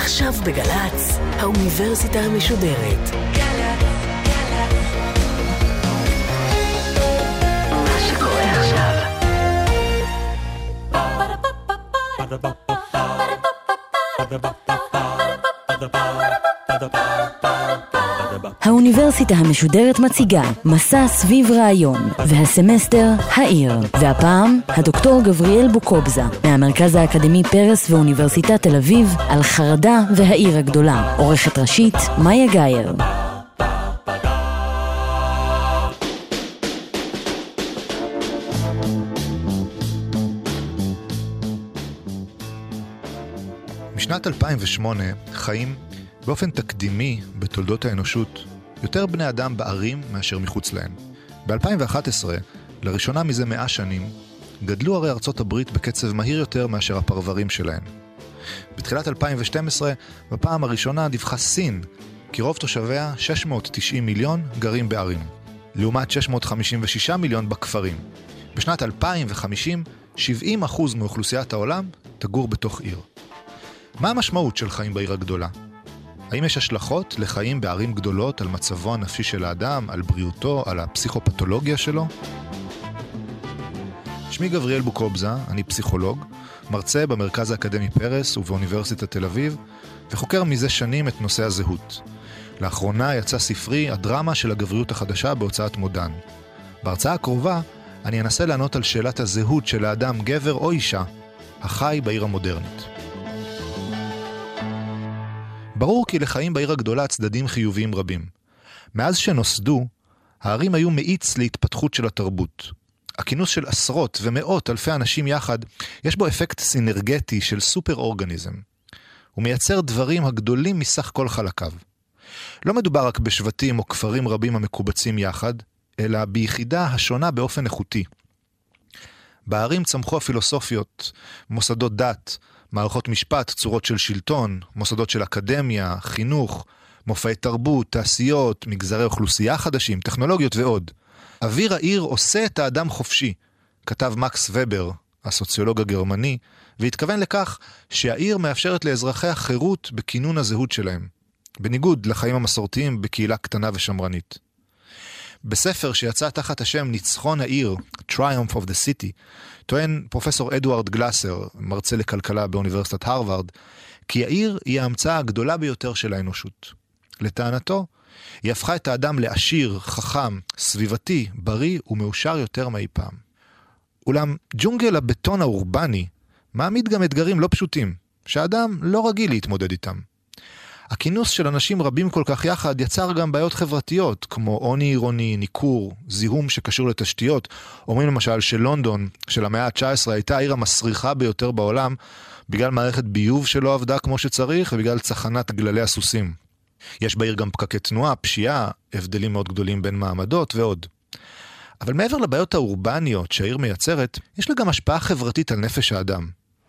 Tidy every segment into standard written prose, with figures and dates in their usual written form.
עכשיו בגלץ, האוניברסיטה המשודרת. מה שקורה עכשיו. האוניברסיטה המשודרת מציגה מסע סביב רעיון, והסמסטר העיר, והפעם הדוקטור גבריאל בוקובזה מהמרכז האקדמי פרס ואוניברסיטת תל אביב על חרדה והעיר הגדולה. עורכת ראשית מאיה גייר. בשנת 2008 חיים באופן תקדימי בתולדות האנושות יותר בני אדם בערים מאשר מחוץ להן. ב-2011, לראשונה מזה 100 שנים, גדלו ערי ארצות הברית בקצב מהיר יותר מאשר הפרברים שלהן. בתחילת 2012, בפעם הראשונה דיווחה סין, כי רוב תושביה, 690 מיליון, גרים בערים, לעומת 656 מיליון בכפרים. בשנת 2050, 70% מאוכלוסיית העולם תגור בתוך עיר. מה המשמעות של חיים בעיר הגדולה? האם יש השלכות לחיים בערים גדולות על מצבו הנפשי של האדם, על בריאותו, על הפסיכופתולוגיה שלו? שמי גבריאל בוקובזה, אני פסיכולוג, מרצה במרכז האקדמי פרס ובאוניברסיטת תל אביב, וחוקר מזה שנים את נושא הזהות. לאחרונה יצא ספרי הדרמה של הגבריות החדשה בהוצאת מודן. בהרצאה הקרובה אני אנסה לענות על שאלת הזהות של האדם, גבר או אישה, החי בעיר המודרנית. ברור כי לחיים בעיר הגדולה צדדים חיוביים רבים. מאז שנוסדו, הערים היו מאיץ להתפתחות של התרבות. הכינוס של עשרות ומאות אלפי אנשים יחד, יש בו אפקט סינרגטי של סופר אורגניזם. הוא מייצר דברים הגדולים מסך כל חלקיו. לא מדובר רק בשבטים או כפרים רבים המקובצים יחד, אלא ביחידה השונה באופן איכותי. בערים צמחו הפילוסופיות, מוסדות דת, מערכות משפט, צורות של שלטון, מוסדות של אקדמיה, חינוך, מופעי תרבות, תעשיות, מגזרי אוכלוסייה חדשים, טכנולוגיות ועוד. אוויר העיר עושה את האדם חופשי, כתב מקס ובר, הסוציולוג הגרמני, והתכוון לכך שהעיר מאפשרת לאזרחי חירות בכינון הזהות שלהם, בניגוד לחיים המסורתיים בקהילה קטנה ושמרנית. בספר שיצא תחת השם ניצחון העיר, Triumph of the City, טוען פרופסור אדוארד גלאסר, מרצה לכלכלה באוניברסיטת הרווארד, כי העיר היא ההמצאה הגדולה ביותר של האנושות. לטענתו, היא הפכה את האדם לעשיר, חכם, סביבתי, בריא ומאושר יותר מאי פעם. אולם ג'ונגל הבטון האורבני מעמיד גם אתגרים לא פשוטים, שהאדם לא רגיל להתמודד איתם. הכינוס של אנשים רבים כל כך יחד יצר גם בעיות חברתיות, כמו עוני עירוני, ניכור, זיהום שקשור לתשתיות. אומרים למשל שלונדון של המאה ה-19 הייתה העיר המסריחה ביותר בעולם, בגלל מערכת ביוב שלא עבדה כמו שצריך, ובגלל צחנת גללי הסוסים. יש בעיר גם פקקי תנועה, פשיעה, הבדלים מאוד גדולים בין מעמדות ועוד. אבל מעבר לבעיות האורבניות שהעיר מייצרת, יש לה גם השפעה חברתית על נפש האדם.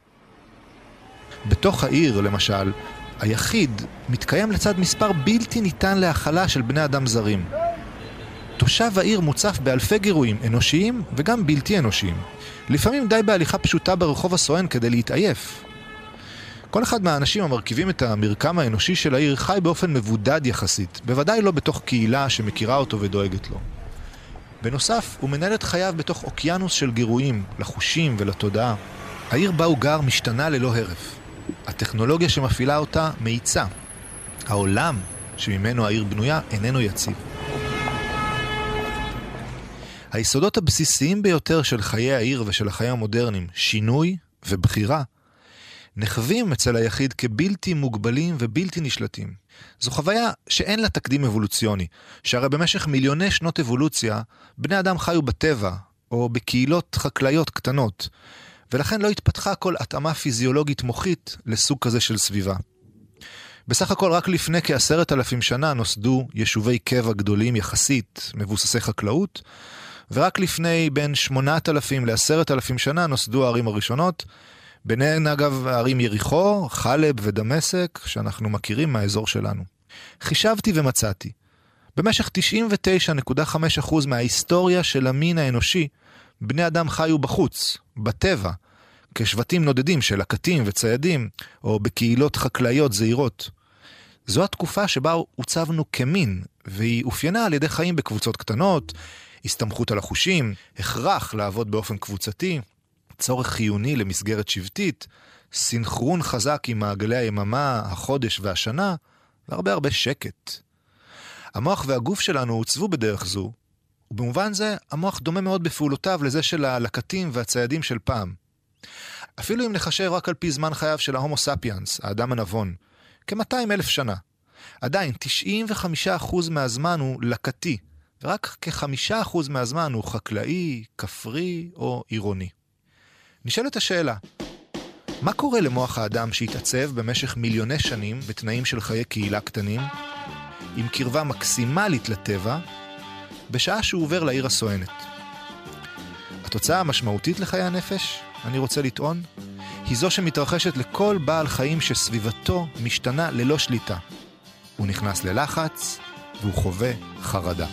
בתוך העיר, למשל, היחיד מתקיים לצד מספר בלתי ניתן להכלה של בני אדם זרים. תושב העיר מוצף באלפי גירויים אנושיים וגם בלתי אנושיים. לפעמים די בהליכה פשוטה ברחוב הסואן כדי להתעייף. כל אחד מהאנשים המרכיבים את המרקם האנושי של העיר חי באופן מבודד יחסית, בוודאי לא בתוך קהילה שמכירה אותו ודואגת לו. בנוסף, הוא מנהל את חייו בתוך אוקיינוס של גירויים, לחושים ולתודעה. העיר בה הוא גר משתנה ללא הרף. הטכנולוגיה שמפעילה אותה מאיצה. העולם שממנו העיר בנויה איננו יציב. היסודות הבסיסיים ביותר של חיי העיר ושל החיים המודרניים, שינוי ובחירה, נחווים אצל היחיד כבלתי מוגבלים ובלתי נשלטים. זו חוויה שאין לה תקדים אבולוציוני, שהרי במשך מיליוני שנות אבולוציה, בני אדם חיו בטבע או בקהילות חקלאיות קטנות, ולכן לא התפתחה כל התאמה פיזיולוגית מוחית לסוג כזה של סביבה. בסך הכל רק לפני כ10,000 שנה נוסדו יישובי קבע גדולים יחסית, מבוססי חקלאות, ורק לפני בין 8,000 ל10,000 שנה נוסדו הערים הראשונות, ביניהן אגב הערים יריחו, חלב ודמשק, שאנחנו מכירים מהאזור שלנו. חישבתי ומצאתי. במשך 99.5% מההיסטוריה של המין האנושי, בני אדם חיו בחוץ, בטבע, כשבטים נודדים של לקטים וציידים, או בקהילות חקלאיות זהירות. זו התקופה שבה הוצבנו כמין, והיא אופיינה על ידי חיים בקבוצות קטנות, הסתמכות על החושים, הכרח לעבוד באופן קבוצתי, צורך חיוני למסגרת שבטית, סינכרון חזק עם מעגלי היממה, החודש והשנה, והרבה הרבה שקט. המוח והגוף שלנו הוצבו בדרך זו, ובמובן זה המוח דומה מאוד בפעולותיו לזה של הלקטים והציידים של פעם. אפילו אם נחשב רק על פי זמן חייו של ההומו ספיאנס, האדם הנבון, כ-200,000 שנה. עדיין 95% מהזמן הוא לקטי, ורק כ5% מהזמן הוא חקלאי, כפרי או עירוני. נשאלת השאלה, מה קורה למוח האדם שהתעצב במשך מיליוני שנים בתנאים של חיי קהילה קטנים, עם קרבה מקסימלית לטבע, בשעה שהוא עובר לעיר הסואנת? התוצאה המשמעותית לחיי הנפש, אני רוצה לטעון, היא זו שמתרחשת לכל בעל חיים שסביבתו משתנה ללא שליטה. הוא נכנס ללחץ והוא חווה חרדה.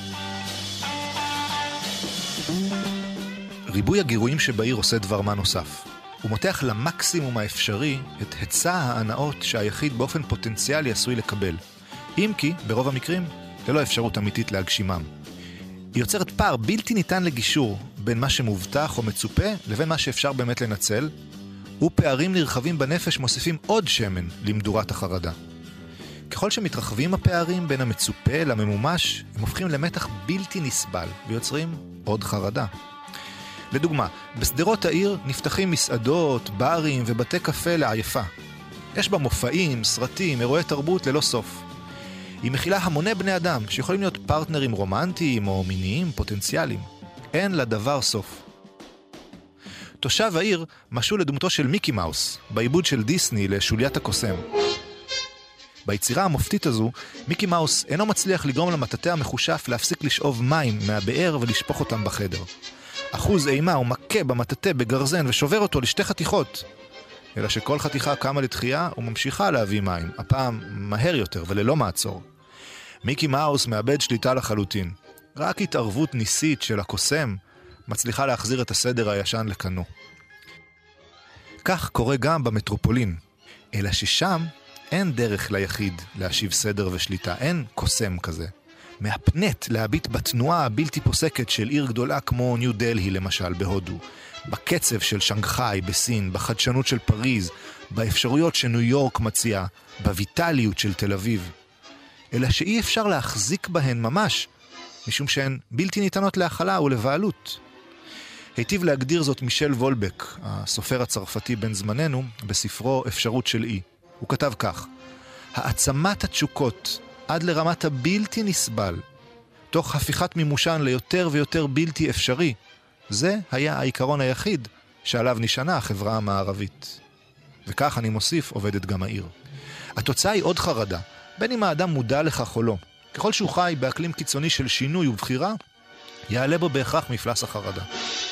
ריבוי הגירויים שבעיר עושה דבר מה נוסף. הוא מותח למקסימום האפשרי את היצע ההנאות שהיחיד באופן פוטנציאלי עשוי לקבל. אם כי, ברוב המקרים, ללא אפשרות אמיתית להגשימם. היא יוצרת פער בלתי ניתן לגישור בין מה שמובטח או מצופה לבין מה שאפשר באמת לנצל, ופערים נרחבים בנפש מוסיפים עוד שמן למדורת החרדה. ככל שמתרחבים הפערים בין המצופה לממומש, הם הופכים למתח בלתי נסבל ויוצרים עוד חרדה. לדוגמה, בסדרות העיר נפתחים מסעדות, ברים ובתי קפה לעייפה. יש בה מופעים, סרטים, אירועי תרבות ללא סוף. היא מכילה המוני בני אדם שיכולים להיות פרטנרים רומנטיים או מיניים פוטנציאליים. אין לדבר סוף. תושב העיר משול לדמותו של מיקי מאוס, בעיבוד של דיסני לשוליית הקוסם. ביצירה המופתית הזו, מיקי מאוס אינו מצליח לגרום למטאטא המחושף להפסיק לשאוב מים מהבאר ולשפוך אותם בחדר. אחוז אימה הוא מכה במטאטא בגרזן ושובר אותו לשתי חתיכות. אלא שכל חתיכה קמה לתחייה וממשיכה להביא מים, הפעם מהר יותר וללא מעצור. מיקי מאוס מאבד שליטה לחלוטין. רק התערבות ניסית של הקוסם מצליחה להחזיר את הסדר הישן לכנו. כך קורה גם במטרופולין, אלא ששם אין דרך ליחיד להשיב סדר ושליטה, אין קוסם כזה. מהפנט להביט בתנועה הבלתי פוסקת של עיר גדולה כמו ניו דלהי למשל בהודו, בקצב של שנגחאי בסין, בחדשנות של פריז, באפשרויות שניו יורק מציעה, בויטליות של תל אביב. אלא שאי אפשר להחזיק בהן ממש, משום שהן בלתי ניתנות להכלה ולבעלות. היטיב להגדיר זאת מישל וולבק, הסופר הצרפתי בן זמננו, בספרו אפשרות של אי. הוא כתב כך: העצמת התשוקות עד לרמת הבלתי נסבל, תוך הפיכת מימושן ליותר ויותר בלתי אפשרי, זה היה העיקרון היחיד שעליו נשענה החברה המערבית. וכך אני מוסיף, עובדת גם העיר. התוצאה היא עוד חרדה, בין אם האדם מודע לכך או לא. ככל שהוא חי באקלים קיצוני של שינוי ובחירה, יעלה בו בהכרח מפלס החרדה.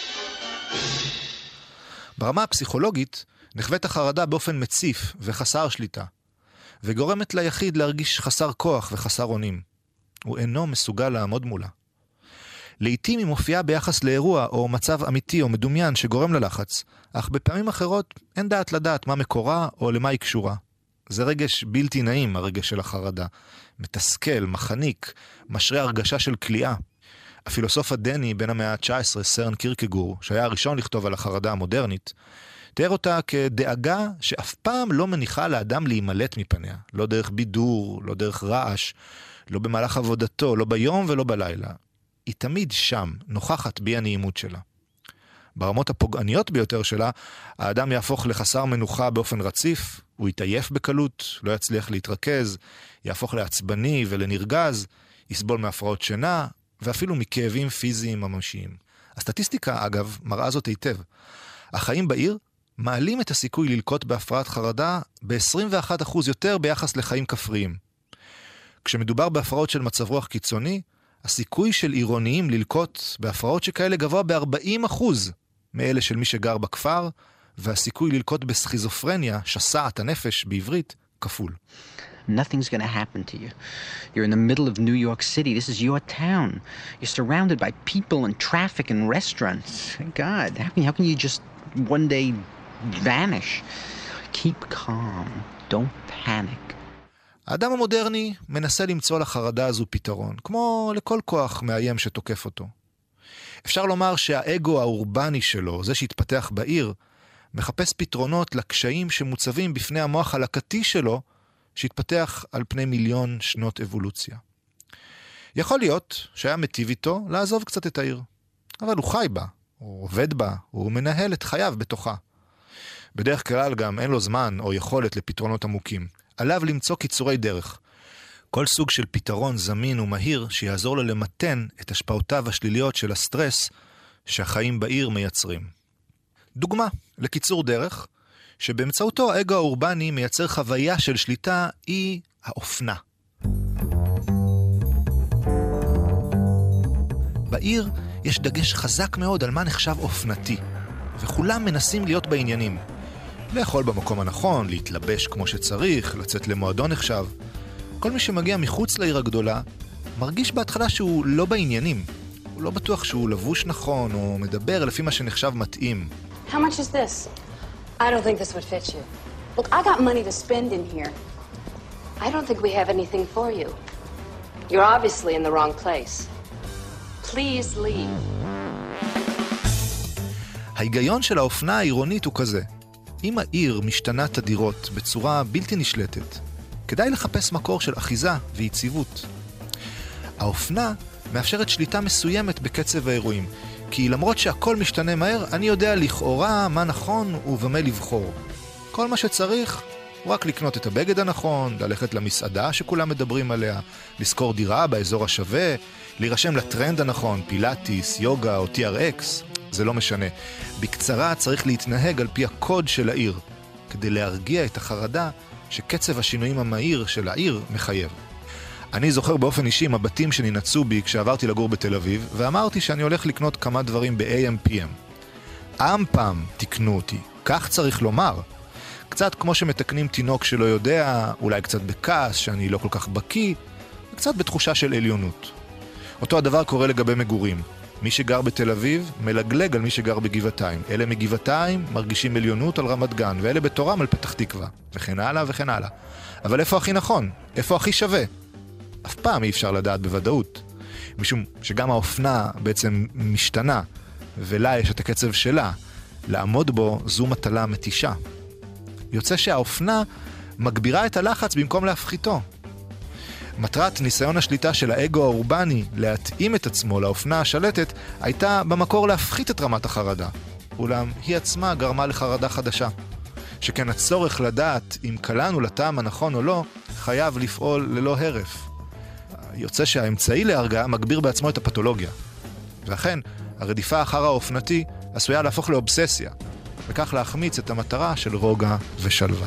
ברמה הפסיכולוגית, נחוות החרדה באופן מציף וחסר שליטה, וגורמת ליחיד להרגיש חסר כוח וחסר אונים. הוא אינו מסוגל לעמוד מולה. לעתים היא מופיעה ביחס לאירוע או מצב אמיתי או מדומיין שגורם ללחץ, אך בפעמים אחרות אין דעת לדעת מה מקורה או למה היא קשורה. זה רגש בלתי נעים, הרגש של החרדה. מתסכל, מחניק, משרה הרגשה של כליאה. הפילוסוף הדני בן המאה ה-19, סרן קירקגור, שהיה הראשון לכתוב על החרדה המודרנית, תיאר אותה כדאגה שאף פעם לא מניחה לאדם להימלט מפניה. לא דרך בידור, לא דרך רעש, לא במהלך עבודתו, לא ביום ולא בלילה. היא תמיד שם, נוכחת בי הנעימות שלה. ברמות הפוגעניות ביותר שלה, האדם יהפוך לחסר מנוחה באופן רציף, הוא יתעייף בקלות, לא יצליח להתרכז, יהפוך לעצבני ולנרגז, יסבול מהפרעות שינה, ואפילו מכאבים פיזיים ממשיים. הסטטיסטיקה, אגב, מראה זאת היטב. החיים בעיר מעלים את הסיכוי ללקות בהפרעת חרדה ב-21% יותר ביחס לחיים כפריים. כשמדובר בהפרעות של מצב רוח קיצוני, הסיכוי של עירוניים ללקות בהפרעות שכאלה גבוה ב-40% מאלה של מי שגר בכפר, והסיכוי ללקות בסכיזופרניה, שסעת הנפש בעברית, כפול. Nothing's going to happen to you. You're in the middle of New York City. This is your town. You're surrounded by people and traffic and restaurants. God, how can you just one day vanish. Keep calm. Don't panic. האדם המודרני מנסה למצוא לחרדה הזו פתרון, כמו לכל כוח מאיים שתוקף אותו. אפשר לומר שהאגו האורבני שלו, זה שהתפתח בעיר, מחפש פתרונות לקשיים שמוצבים בפני המוח הלקתי שלו, שהתפתח על פני מיליון שנות אבולוציה. יכול להיות שהיה מטיב איתו לעזוב קצת את העיר, אבל הוא חי בה, הוא עובד בה, הוא מנהל את חייו בתוכה. בדרך כלל גם אין לו זמן או יכולת לפתרונות עמוקים. עליו למצוא קיצורי דרך. כל סוג של פתרון זמין ומהיר שיעזור לו למתן את השפעותיו השליליות של הסטרס שהחיים בעיר מייצרים. דוגמה לקיצור דרך, שבאמצעותו האגו האורבני מייצר חוויה של שליטה, היא האופנה. בעיר יש דגש חזק מאוד על מה נחשב אופנתי, וכולם מנסים להיות בעניינים. לאכול במקום הנכון, להתלבש כמו שצריך, לצאת למועדון נחשב. כל מי שמגיע מחוץ לעיר הגדולה, מרגיש בהתחלה שהוא לא בעניינים. הוא לא בטוח שהוא לבוש נכון, או מדבר לפי מה שנחשב מתאים. How much is this? I don't think this would fit you. Look, I got money to spend in here. I don't think we have anything for you. You're obviously in the wrong place. Please leave. ההיגיון של האופנה העירונית הוא כזה. אם העיר משתנה תדירות בצורה בלתי נשלטת, כדאי לחפש מקור של אחיזה ויציבות. האופנה מאפשרת שליטה מסוימת בקצב האירועים, כי למרות שהכל משתנה מהר, אני יודע לכאורה מה נכון ובמה לבחור. כל מה שצריך הוא רק לקנות את הבגד הנכון, ללכת למסעדה שכולם מדברים עליה, לזכור דירה באזור השווה, להירשם לטרנד הנכון, פילאטיס, יוגה או TRX, זה לא משנה. בקצרה צריך להתנהג על פי הקוד של העיר, כדי להרגיע את החרדה שקצב השינויים המהיר של העיר מחייב. אני זוכר באופן אישי מבטים שננצו בי כשעברתי לגור בתל אביב, ואמרתי שאני הולך לקנות כמה דברים ב-AM/PM. פעם תקנו אותי, כך צריך לומר. קצת כמו שמתקנים תינוק שלא יודע, אולי קצת בכעס שאני לא כל כך בקיא, וקצת בתחושה של עליונות. אותו הדבר קורה לגבי מגורים. מי שגר בתל אביב מלגלג על מי שגר בגבעתיים. אלה מגבעתיים מרגישים עליונות על רמת גן, ואלה בתורם על פתח תקווה, וכן הלאה וכן הלאה. אבל איפה הכי נכון? איפה הכי שווה? אף פעם אי אפשר לדעת בוודאות. משום שגם האופנה בעצם משתנה, ולה יש את הקצב שלה. לעמוד בו זו מטלה מתישה. יוצא שהאופנה מגבירה את הלחץ במקום להפחיתו. מטרת ניסיון השליטה של האגו האורבני להתאים את עצמו לאופנה השלטת הייתה במקור להפחית את רמת החרדה. אולם היא עצמה גרמה לחרדה חדשה. שכן הצורך לדעת אם קלענו לטעם הנכון או לא, חייב לפעול ללא הרף. יוצא שהאמצעי להרגעה מגביר בעצמו את הפתולוגיה. ואכן, הרדיפה אחר האופנתי עשויה להפוך לאובססיה, וכך להחמיץ את המטרה של רוגע ושלווה.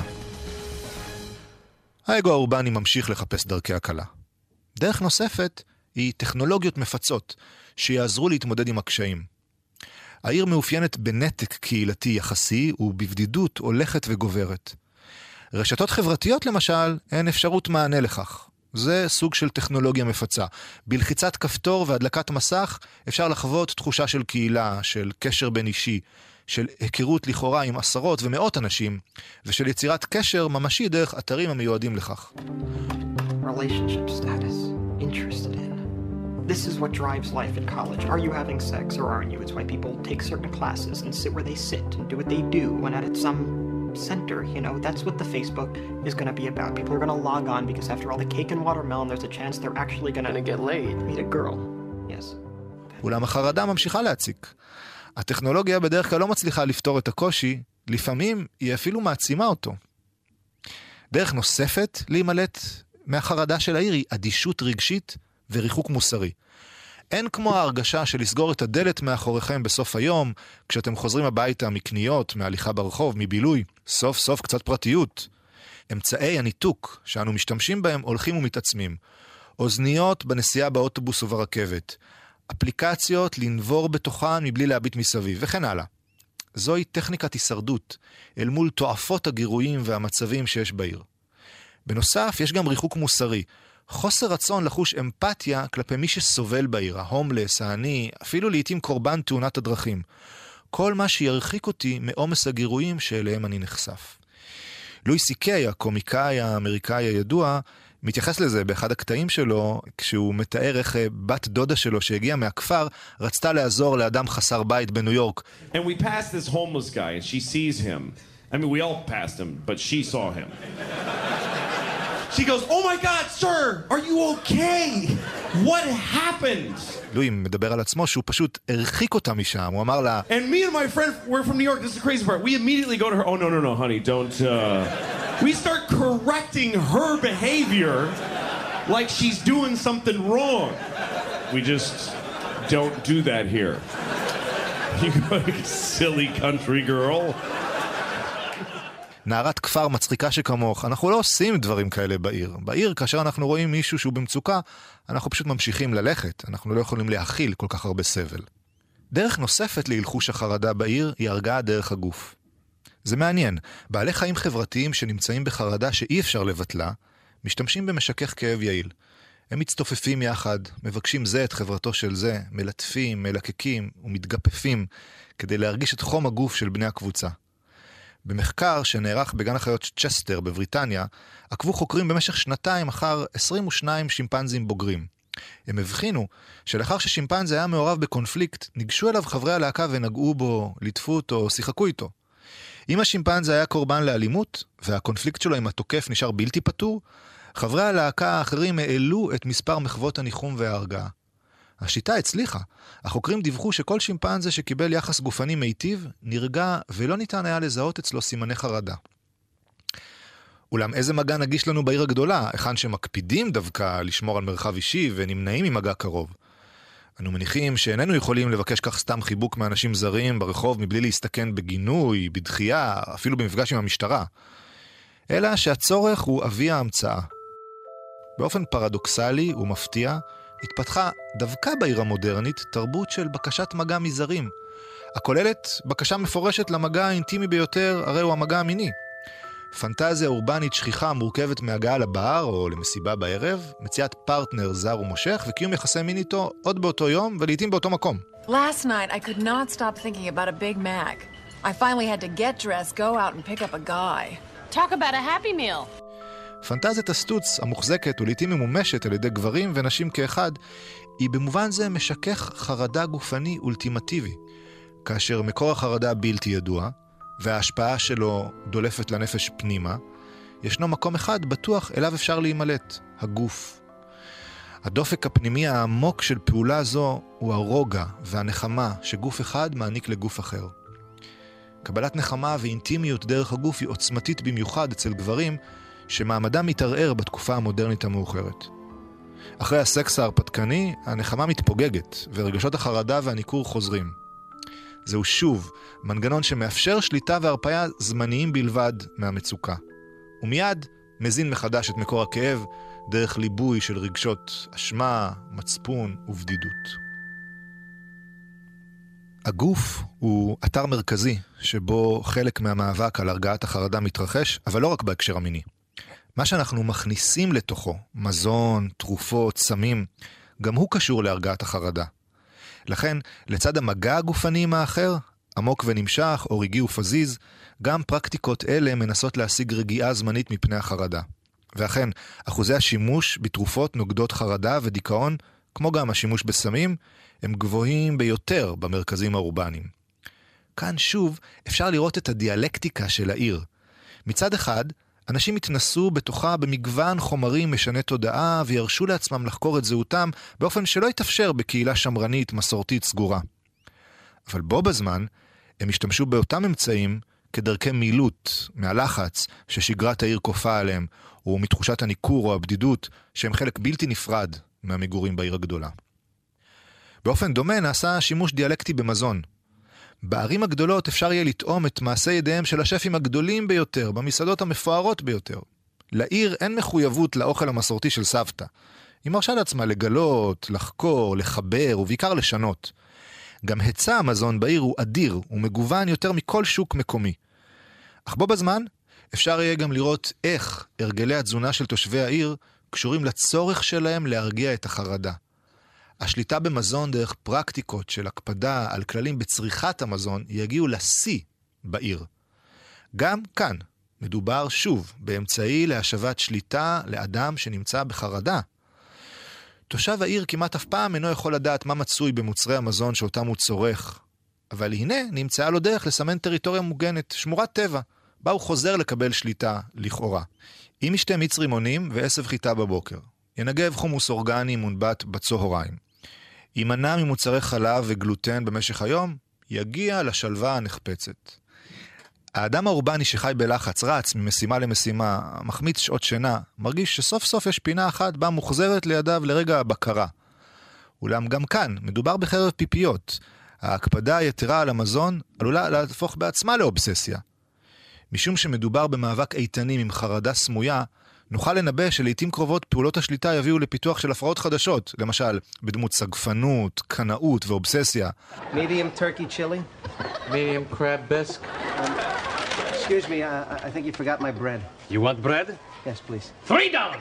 האגו האורבני ממשיך לחפש דרכי הקלה. דרך נוספת היא טכנולוגיות מפצות שיעזרו להתמודד עם הקשיים. העיר מאופיינת בנתק קהילתי יחסי ובבדידות הולכת וגוברת. רשתות חברתיות למשל הן אפשרות מענה לכך. זה סוג של טכנולוגיה מפצה. בלחיצת כפתור והדלקת מסך אפשר לחוות תחושה של קהילה, של קשר בין אישי, של היכרות לכאורה עם עשרות ומאות אנשים, ושל יצירת קשר ממשי דרך אתרים המיועדים לכך. Relationship status. Interested in. This is what drives life in college. Are you having sex or aren't you? It's why people take certain classes and sit where they sit and do what they do when at some center, you know. That's what the Facebook is going to be about. People are going to log on because after all the cake and watermelon, there's a chance they're actually going to get laid. Meet a girl. Yes. אולם החרדה ממשיכה להציק. הטכנולוגיה בדרך כלל לא מצליחה לפתור את הקושי, לפעמים היא אפילו מעצימה אותו. דרך נוספת להימלט מהחרדה של העיר היא אדישות רגשית וריחוק מוסרי. אין כמו ההרגשה של לסגור את הדלת מאחוריכם בסוף היום, כשאתם חוזרים הביתה מקניות, מהליכה ברחוב, מבילוי, סוף סוף קצת פרטיות. אמצעי הניתוק שאנו משתמשים בהם הולכים ומתעצמים. אוזניות בנסיעה באוטובוס וברכבת. אפליקציות לנבור בתוכן מבלי להביט מסביב, וכן הלאה. זוהי טכניקת הישרדות, אל מול תועפות הגירויים והמצבים שיש בעיר. בנוסף, יש גם ריחוק מוסרי, חוסר רצון לחוש אמפתיה כלפי מי שסובל בעיר, ההומלס, העני, אפילו לעתים קורבן תאונת הדרכים. כל מה שירחיק אותי מעומס הגירויים שאליהם אני נחשף. לואי סי-קיי, הקומיקאי האמריקאי הידוע, מתייחס לזה באחד הקטעים שלו, כשהוא מתאר איך בת דודה שלו שהגיעה מהכפר, רצתה לעזור לאדם חסר בית בניו יורק. And we passed this homeless guy and she sees him. I mean, we all passed him, but she saw him. She goes, "Oh my God, sir, are you okay? What happened?" לואי מדבר על עצמו שהוא פשוט הרחיק אותה משם, הוא אמר לה... And me and my friend, we're from New York, this is the crazy part. We immediately go to her, "Oh, no, honey, don't, We start correcting her behavior like she's doing something wrong. We just don't do that here. You silly country girl. נערת כפר מצחיקה שכמוך, אנחנו לא עושים דברים כאלה בעיר. בעיר, כאשר אנחנו רואים מישהו שהוא במצוקה, אנחנו פשוט ממשיכים ללכת. אנחנו לא יכולים להכיל כל כך הרבה סבל. דרך נוספת להלחוש החרדה בעיר היא הרגעה דרך הגוף. זה מעניין. בעלי חיים חברתיים שנמצאים בחרדה שאי אפשר לבטלה, משתמשים במשכך כאב יעיל. הם מצטופפים יחד, מבקשים זה את חברתו של זה, מלטפים, מלקקים ומתגפפים, כדי להרגיש את חום הגוף של בני הקבוצה. במחקר שנערך בגן החיות צ'סטר בבריטניה, עקבו חוקרים במשך 2 אחר 22 שימפנזים בוגרים. הם הבחינו שלאחר ששימפנזה היה מעורב בקונפליקט, ניגשו אליו חברי הלהקה ונגעו בו, ליטפו אותו, שיחקו איתו. אם השימפנזה היה קורבן לאלימות, והקונפליקט שלו עם התוקף נשאר בלתי פתור, חברי הלהקה האחרים העלו את מספר מחוות הניחום וההרגעה. השיטה הצליחה. החוקרים דיווחו שכל שימפנזה שקיבל יחס גופני מיטיב, נרגע ולא ניתן היה לזהות אצלו סימני חרדה. אולם איזה מגע נגיש לנו בעיר הגדולה, היכן שמקפידים דווקא לשמור על מרחב אישי ונמנעים ממגע קרוב. אנו מניחים שאיננו יכולים לבקש כך סתם חיבוק מאנשים זרים ברחוב מבלי להסתכן בגינוי, בדחייה, אפילו במפגש עם המשטרה. אלא שהצורך הוא אבי ההמצאה. באופן פרדוקסלי ומפתיע, התפתחה דווקא בעיר המודרנית תרבות של בקשת מגע מזרים, הכוללת בקשה מפורשת למגע האינטימי ביותר, הרי הוא המגע המיני. פנטזיה אורבנית שכיחה מורכבת מהגעה לבר או למסיבה בערב, מציאת פרטנר זר ומושך וקיום יחסי מין איתו עוד באותו יום ולעיתים באותו מקום. Last night I could not stop thinking about a Big Mac. I finally had to get dressed, go out and pick up a guy. Talk about a happy meal. פנטזיית הסטוץ המוחזקת ולעיתים ממומשת על ידי גברים ונשים כאחד, היא במובן זה משכך חרדה גופני אולטימטיבי, כאשר מקור החרדה בלתי ידוע, וההשפעה שלו דולפת לנפש פנימה, ישנו מקום אחד בטוח אליו אפשר להימלט, הגוף. הדופק הפנימי העמוק של פעולה זו הוא הרוגע והנחמה שגוף אחד מעניק לגוף אחר. קבלת נחמה ואינטימיות דרך הגוף היא עוצמתית במיוחד אצל גברים שמעמדם מתערער בתקופה המודרנית המאוחרת. אחרי הסקס ההרפתקני, הנחמה מתפוגגת ורגשות החרדה והניקור חוזרים. זהו שוב מנגנון שמאפשר שליטה והרפאיה זמניים בלבד מהמצוקה. ומיד מזין מחדש את מקור הכאב דרך ליבוי של רגשות אשמה, מצפון ובדידות. הגוף הוא אתר מרכזי שבו חלק מהמאבק על הרגעת החרדה מתרחש, אבל לא רק בהקשר המיני. מה שאנחנו מכניסים לתוכו, מזון, תרופות, סמים, גם הוא קשור להרגעת החרדה. לכן, לצד המגע הגופני עם האחר, עמוק ונמשך או רגעי ופזיז, גם פרקטיקות אלה מנסות להשיג רגיעה זמנית מפני החרדה. ואכן, אחוזי השימוש בתרופות נוגדות חרדה ודיכאון, כמו גם השימוש בסמים, הם גבוהים ביותר במרכזים האורבניים. כאן שוב אפשר לראות את הדיאלקטיקה של העיר. מצד אחד, אנשים התנסו בתוכה במגוון חומרים משנה תודעה וירשו לעצמם לחקור את זהותם באופן שלא יתאפשר בקהילה שמרנית, מסורתית, סגורה. אבל בו בזמן הם השתמשו באותם אמצעים כדרכי מילוט מהלחץ ששגרת העיר כופה עליהם, או מתחושת הניכור או הבדידות שהם חלק בלתי נפרד מהמגורים בעיר הגדולה. באופן דומה נעשה שימוש דיאלקטי במזון. בערים הגדולות אפשר יהיה לטעום את מעשה ידיהם של השפים הגדולים ביותר, במסעדות המפוארות ביותר. לעיר אין מחויבות לאוכל המסורתי של סבתא. היא מרשה לעצמה לגלות, לחקור, לחבר ובעיקר לשנות. גם היצע המזון בעיר הוא אדיר ומגוון יותר מכל שוק מקומי. אך בו בזמן אפשר יהיה גם לראות איך הרגלי התזונה של תושבי העיר קשורים לצורך שלהם להרגיע את החרדה. השליטה במזון דרך פרקטיקות של הקפדה על כללים בצריכת המזון יגיעו לשיא בעיר. גם כאן מדובר שוב באמצעי להשבת שליטה לאדם שנמצא בחרדה. תושב העיר כמעט אף פעם אינו יכול לדעת מה מצוי במוצרי המזון שאותם הוא צורך, אבל הנה נמצאה לו דרך לסמן טריטוריה מוגנת, שמורת טבע, בה הוא חוזר לקבל שליטה לכאורה. אם ישתה מיץ רימונים ועשב חיטה בבוקר, ינגב חומוס אורגני מונבט בצהריים, יימנע ממוצרי חלב וגלוטן במשך היום, יגיע לשלווה הנחפצת. האדם האורבני שחי בלחץ, רץ ממשימה למשימה, מחמיץ שעות שינה, מרגיש שסוף סוף יש פינה אחת בה מוחזרת לידיו לרגע הבקרה. אולם גם כאן מדובר בחרב פיפיות. ההקפדה היתרה על המזון עלולה להפוך בעצמה לאובססיה. משום שמדובר במאבק איתנים עם חרדה סמויה, נוכל לנבא שלעיתים קרובות פעולות השליטה יביאו לפיתוח של הפרעות חדשות, למשל בדמות סגפנות, קנאות ואובססיה. Medium turkey chili? Medium crab bisque? Excuse me, I think you forgot my bread. You want bread? Yes, please. $3!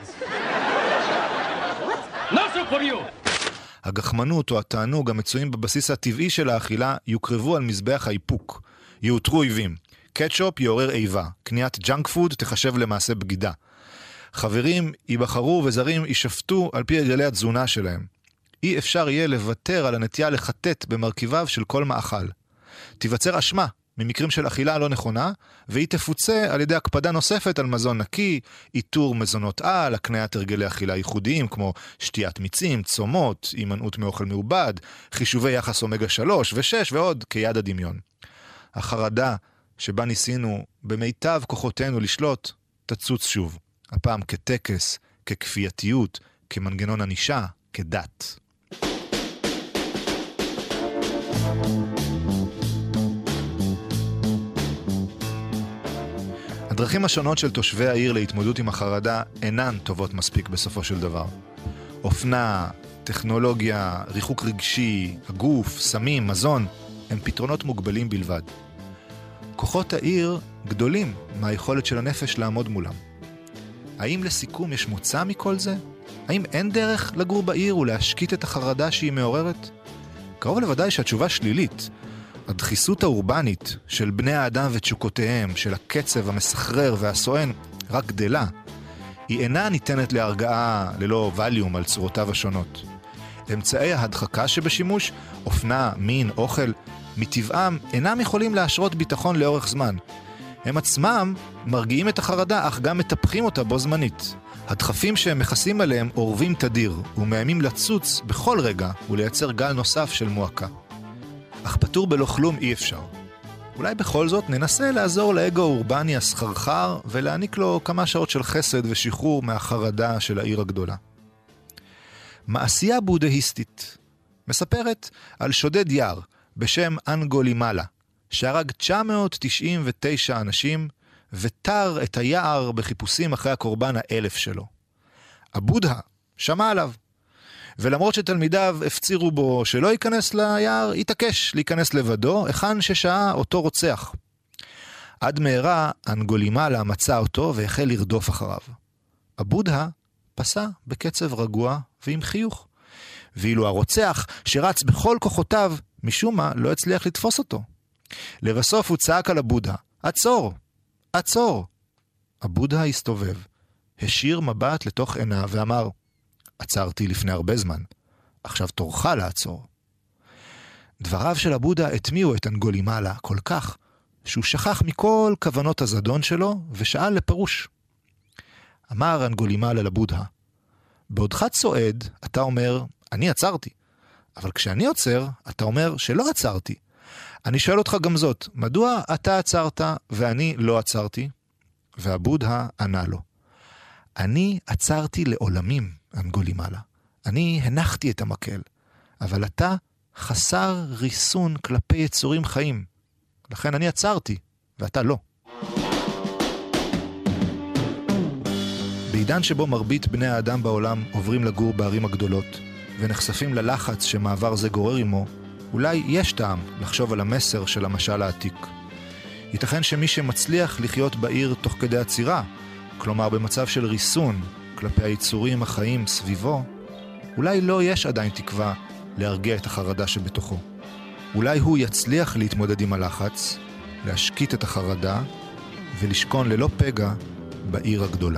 What? No soup for you! הגחמנות או התענוג המצויים בבסיס הטבעי של האכילה יוקרבו על מזבח האיפוק, יאותרו אויבים. קטשופ יעורר איבה, קניית ג'אנק פוד תחשב למעשה בגידה. חברים ייבחרו וזרים יישפטו על פי הרגלי התזונה שלהם. אי אפשר יהיה לוותר על הנטייה לחטט במרכיביו של כל מאכל. תיווצר אשמה ממקרים של אכילה לא נכונה, והיא תפוצה על ידי הקפדה נוספת על מזון נקי, איתור מזונות על, הקניית הרגלי אכילה ייחודיים כמו שתיית מיצים, צומות, הימנעות מאוכל מעובד, חישובי יחס אומגה 3 ו-6 ועוד כיד הדמיון. החרדה שבה ניסינו במיטב כוחותינו לשלוט, תצוץ שוב. הפעם כטקס, ככפייתיות, כמנגנון ענישה, כדת. הדרכים השונות של תושבי העיר להתמודדות עם החרדה אינן טובות מספיק בסופו של דבר. אופנה, טכנולוגיה, ריחוק רגשי, הגוף, סמים, מזון, הם פתרונות מוגבלים בלבד. כוחות העיר גדולים מהיכולת של הנפש לעמוד מולם. האם לסיכום יש מוצא מכל זה? האם אין דרך לגור בעיר ולהשקיט את החרדה שהיא מעוררת? קרוב לוודאי שהתשובה שלילית. הדחיסות האורבנית של בני האדם ותשוקותיהם, של הקצב המסחרר והסואן, רק גדלה. היא אינה ניתנת להרגעה ללא ווליום על צורותיו השונות. אמצעי ההדחקה שבשימוש, אופנה, מין, אוכל, מטבעם אינם יכולים להשרות ביטחון לאורך זמן. הם עצמם מרגיעים את החרדה, אך גם מטפחים אותה בו זמנית. הדחפים שהם מכסים עליהם עורבים תדיר, ומאיימים לצוץ בכל רגע ולייצר גל נוסף של מועקה. אך פטור בלא כלום אי אפשר. אולי בכל זאת ננסה לעזור לאגו האורבני הסחרחר, ולהעניק לו כמה שעות של חסד ושחרור מהחרדה של העיר הגדולה. מעשייה בודהיסטית מספרת על שודד יער בשם אנגולימאלה, שהרג 999 אנשים ותר את היער בחיפושים אחרי הקורבן ה1000 שלו. הבודה שמע עליו, ולמרות שתלמידיו הפצירו בו שלא ייכנס ליער, התעקש להיכנס לבדו, היכן ששעה אותו רוצח. עד מהרה אנגולימאלה מצא אותו והחל לרדוף אחריו. הבודה פסע בקצב רגוע ועם חיוך, ואילו הרוצח שרץ בכל כוחותיו משום מה לא הצליח לתפוס אותו. לבסוף הוא צעק על הבודה, עצור, עצור. הבודה הסתובב, השאיר מבט לתוך עיניו ואמר, עצרתי לפני הרבה זמן, עכשיו תורך לעצור. דבריו של הבודה התמיעו את אנגולימאלה כל כך, שהוא שכח מכל כוונות הזדון שלו ושאל לפירוש. אמר אנגולימאלה לבודה, בעודך צועד אתה אומר, אני עצרתי, אבל כשאני עוצר אתה אומר שלא עצרתי. אני שואל אותך גם זאת, מדוע אתה עצרת ואני לא עצרתי? והבודה ענה לו, אני עצרתי לעולמים, אנגולימאלה. אני הנחתי את המקל, אבל אתה חסר ריסון כלפי יצורים חיים. לכן אני עצרתי, ואתה לא. בעידן שבו מרבית בני האדם בעולם עוברים לגור בערים הגדולות, ונחשפים ללחץ שמעבר זה גורר עמו, אולי יש טעם לחשוב על המסר של המשל העתיק. ייתכן שמי שמצליח לחיות בעיר תוך כדי עצירה, כלומר במצב של ריסון כלפי היצורים החיים סביבו, אולי לא יש עדיין תקווה להרגיע את החרדה שבתוכו. אולי הוא יצליח להתמודד עם הלחץ, להשקיט את החרדה ולשכון ללא פגע בעיר הגדולה.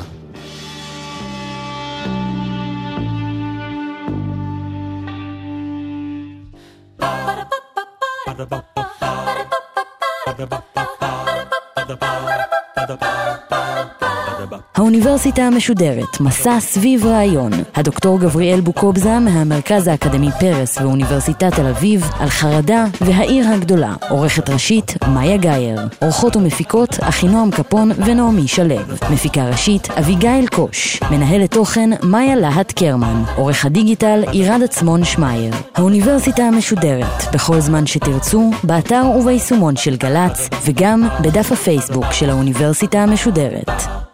האוניברסיטה המשודרת, מסע סביב רעיון. הדוקטור גבריאל בוקובזה מהמרכז האקדמי פרס ואוניברסיטת תל אביב על חרדה והעיר הגדולה. עורכת ראשית מאיה גייר. עורכות ומפיקות אחינועם קפון ונעמי שלו. מפיקה ראשית אביגיל קוש. מנהלת תוכן מאיה להט קרמן. עורך הדיגיטל ירד עצמון שמייר. האוניברסיטה המשודרת, בכל זמן שתרצו, באתר וביישומון של גלץ וגם בדף הפייסבוק של האוניברסיטה המשודרת.